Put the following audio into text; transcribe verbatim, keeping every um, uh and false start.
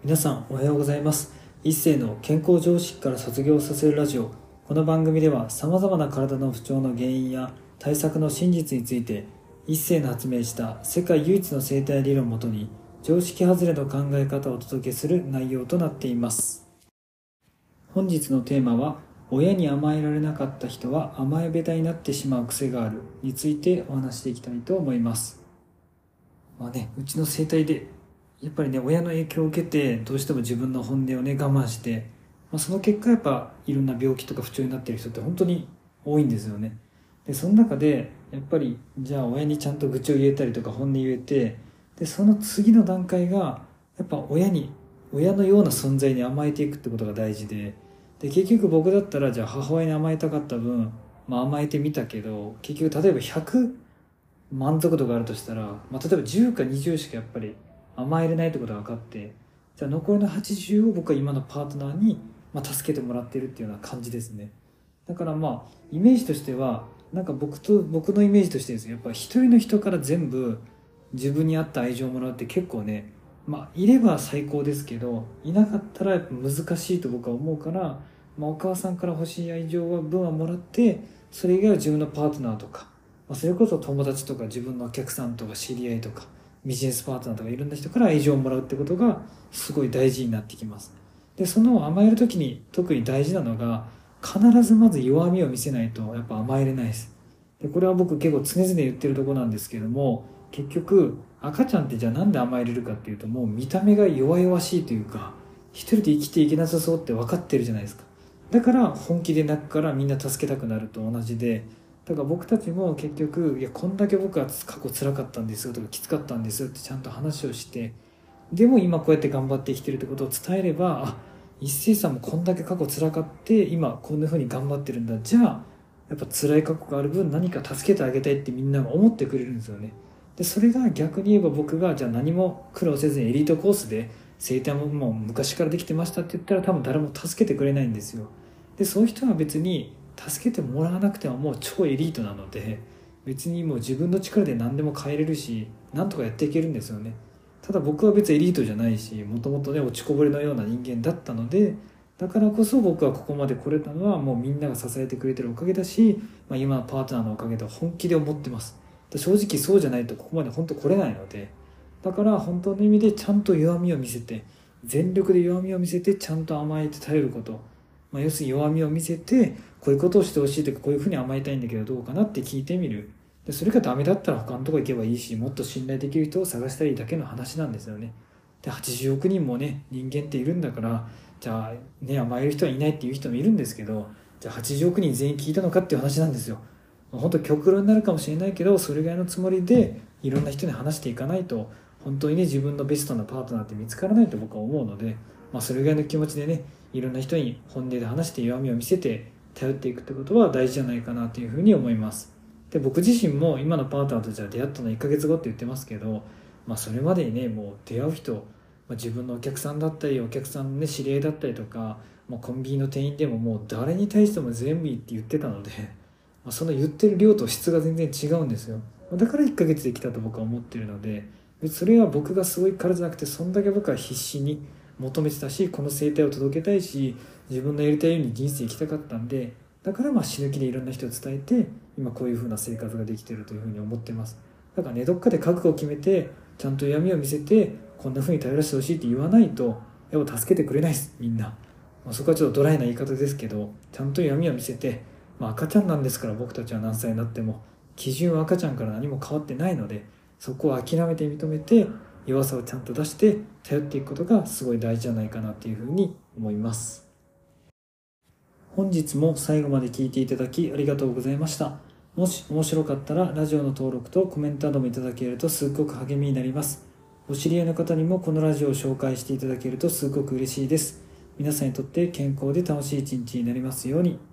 皆さんおはようございます。一世の健康常識から卒業させるラジオ。この番組では様々な体の不調の原因や対策の真実について、一世の発明した世界唯一の生態理論をもとに常識外れの考え方をお届けする内容となっています。本日のテーマは、親に甘えられなかった人は甘え下手になってしまう癖があるについてお話していきたいと思います。まあね、うちの生態でやっぱりね、親の影響を受けてどうしても自分の本音をね我慢して、まあ、その結果やっぱいろんな病気とか不調になっている人って本当に多いんですよね。でその中でやっぱりじゃあ親にちゃんと愚痴を言えたりとか本音言えて、でその次の段階がやっぱ親に親のような存在に甘えていくってことが大事で、で結局僕だったらじゃあ母親に甘えたかった分、まあ、甘えてみたけど結局例えばひゃく満足度があるとしたら、まあ、例えばじゅうかにじゅうしかやっぱり甘えれないってことが分かって、じゃあ残りのはちじゅうを僕は今のパートナーに、まあ、助けてもらってるっていうような感じですね。だからまあイメージとしてはなんか僕と僕のイメージとしてですね、やっぱ一人の人から全部自分に合った愛情をもらうって結構ね、まあいれば最高ですけどいなかったらやっぱ難しいと僕は思うから、まあ、お母さんから欲しい愛情は分はもらって、それ以外は自分のパートナーとか、まあ、それこそ友達とか自分のお客さんとか知り合いとかビジネスパートナーとかいろんな人から愛情をもらうってことがすごい大事になってきます。でその甘える時に特に大事なのが、必ずまず弱みを見せないとやっぱ甘えれないです。でこれは僕結構常々言ってるところなんですけども、結局赤ちゃんってじゃあなんで甘えれるかっていうと、もう見た目が弱々しいというか一人で生きていけなさそうって分かってるじゃないですか。だから本気で泣くからみんな助けたくなると同じで、だから僕たちも結局いやこんだけ僕は過去辛かったんですよとかきつかったんですよってちゃんと話をして、でも今こうやって頑張って生きてるってことを伝えれば、あ、一星さんもこんだけ過去辛かって今こんな風に頑張ってるんだ、じゃあやっぱ辛い過去がある分何か助けてあげたいってみんなが思ってくれるんですよね。でそれが逆に言えば僕がじゃあ何も苦労せずにエリートコースで生態ももう昔からできてましたって言ったら多分誰も助けてくれないんですよ。でそういう人は別に助けてもらわなくてももう超エリートなので、別にもう自分の力で何でも変えれるし何とかやっていけるんですよね。ただ僕は別にエリートじゃないし、もともとね落ちこぼれのような人間だったので、だからこそ僕はここまで来れたのはもうみんなが支えてくれてるおかげだし、まあ、今のパートナーのおかげで本気で思ってます。正直そうじゃないとここまで本当来れないので、だから本当の意味でちゃんと弱みを見せて、全力で弱みを見せてちゃんと甘えて頼ること、まあ、要するに弱みを見せてこういうことをしてほしいとかこういうふうに甘えたいんだけどどうかなって聞いてみる。でそれがダメだったら他のとこ行けばいいし、もっと信頼できる人を探したらいいだけの話なんですよね。ではちじゅうおく人もね人間っているんだから、じゃあね甘える人はいないっていう人もいるんですけど、じゃあはちじゅうおく人全員聞いたのかっていう話なんですよ。本当極論になるかもしれないけど、それぐらいのつもりでいろんな人に話していかないと本当にね自分のベストなパートナーって見つからないと僕は思うので、まあ、それぐらいの気持ちでねいろんな人に本音で話して弱みを見せて頼っていくってことは大事じゃないかなというふうに思います。で僕自身も今のパートナーとじゃあ出会ったのいっかげつごって言ってますけど、まあ、それまでにねもう出会う人、まあ、自分のお客さんだったりお客さんの、ね、知り合いだったりとか、まあ、コンビニの店員でももう誰に対しても全部いいって言ってたので、まあ、その言ってる量と質が全然違うんですよ。だからいっかげつできたと僕は思ってるので、それは僕がすごいからじゃなくて、そんだけ僕は必死に求めてたし、この生態を届けたいし自分のやりたいように人生生きたかったんで、だからまあ死ぬ気でいろんな人を伝えて今こういう風な生活ができてるというふうに思ってます。だからね、どっかで覚悟を決めてちゃんと闇を見せてこんな風に頼らせてほしいって言わないとやっぱ助けてくれないですみんな。まあ、そこはちょっとドライな言い方ですけど、ちゃんと闇を見せて、まあ、赤ちゃんなんですから、僕たちは何歳になっても基準は赤ちゃんから何も変わってないので、そこを諦めて認めて弱さをちゃんと出して頼っていくことがすごい大事じゃないかなというふうに思います。本日も最後まで聞いていただきありがとうございました。もし面白かったらラジオの登録とコメントなどもいただけるとすっごく励みになります。お知り合いの方にもこのラジオを紹介していただけるとすっごく嬉しいです。皆さんにとって健康で楽しい一日になりますように。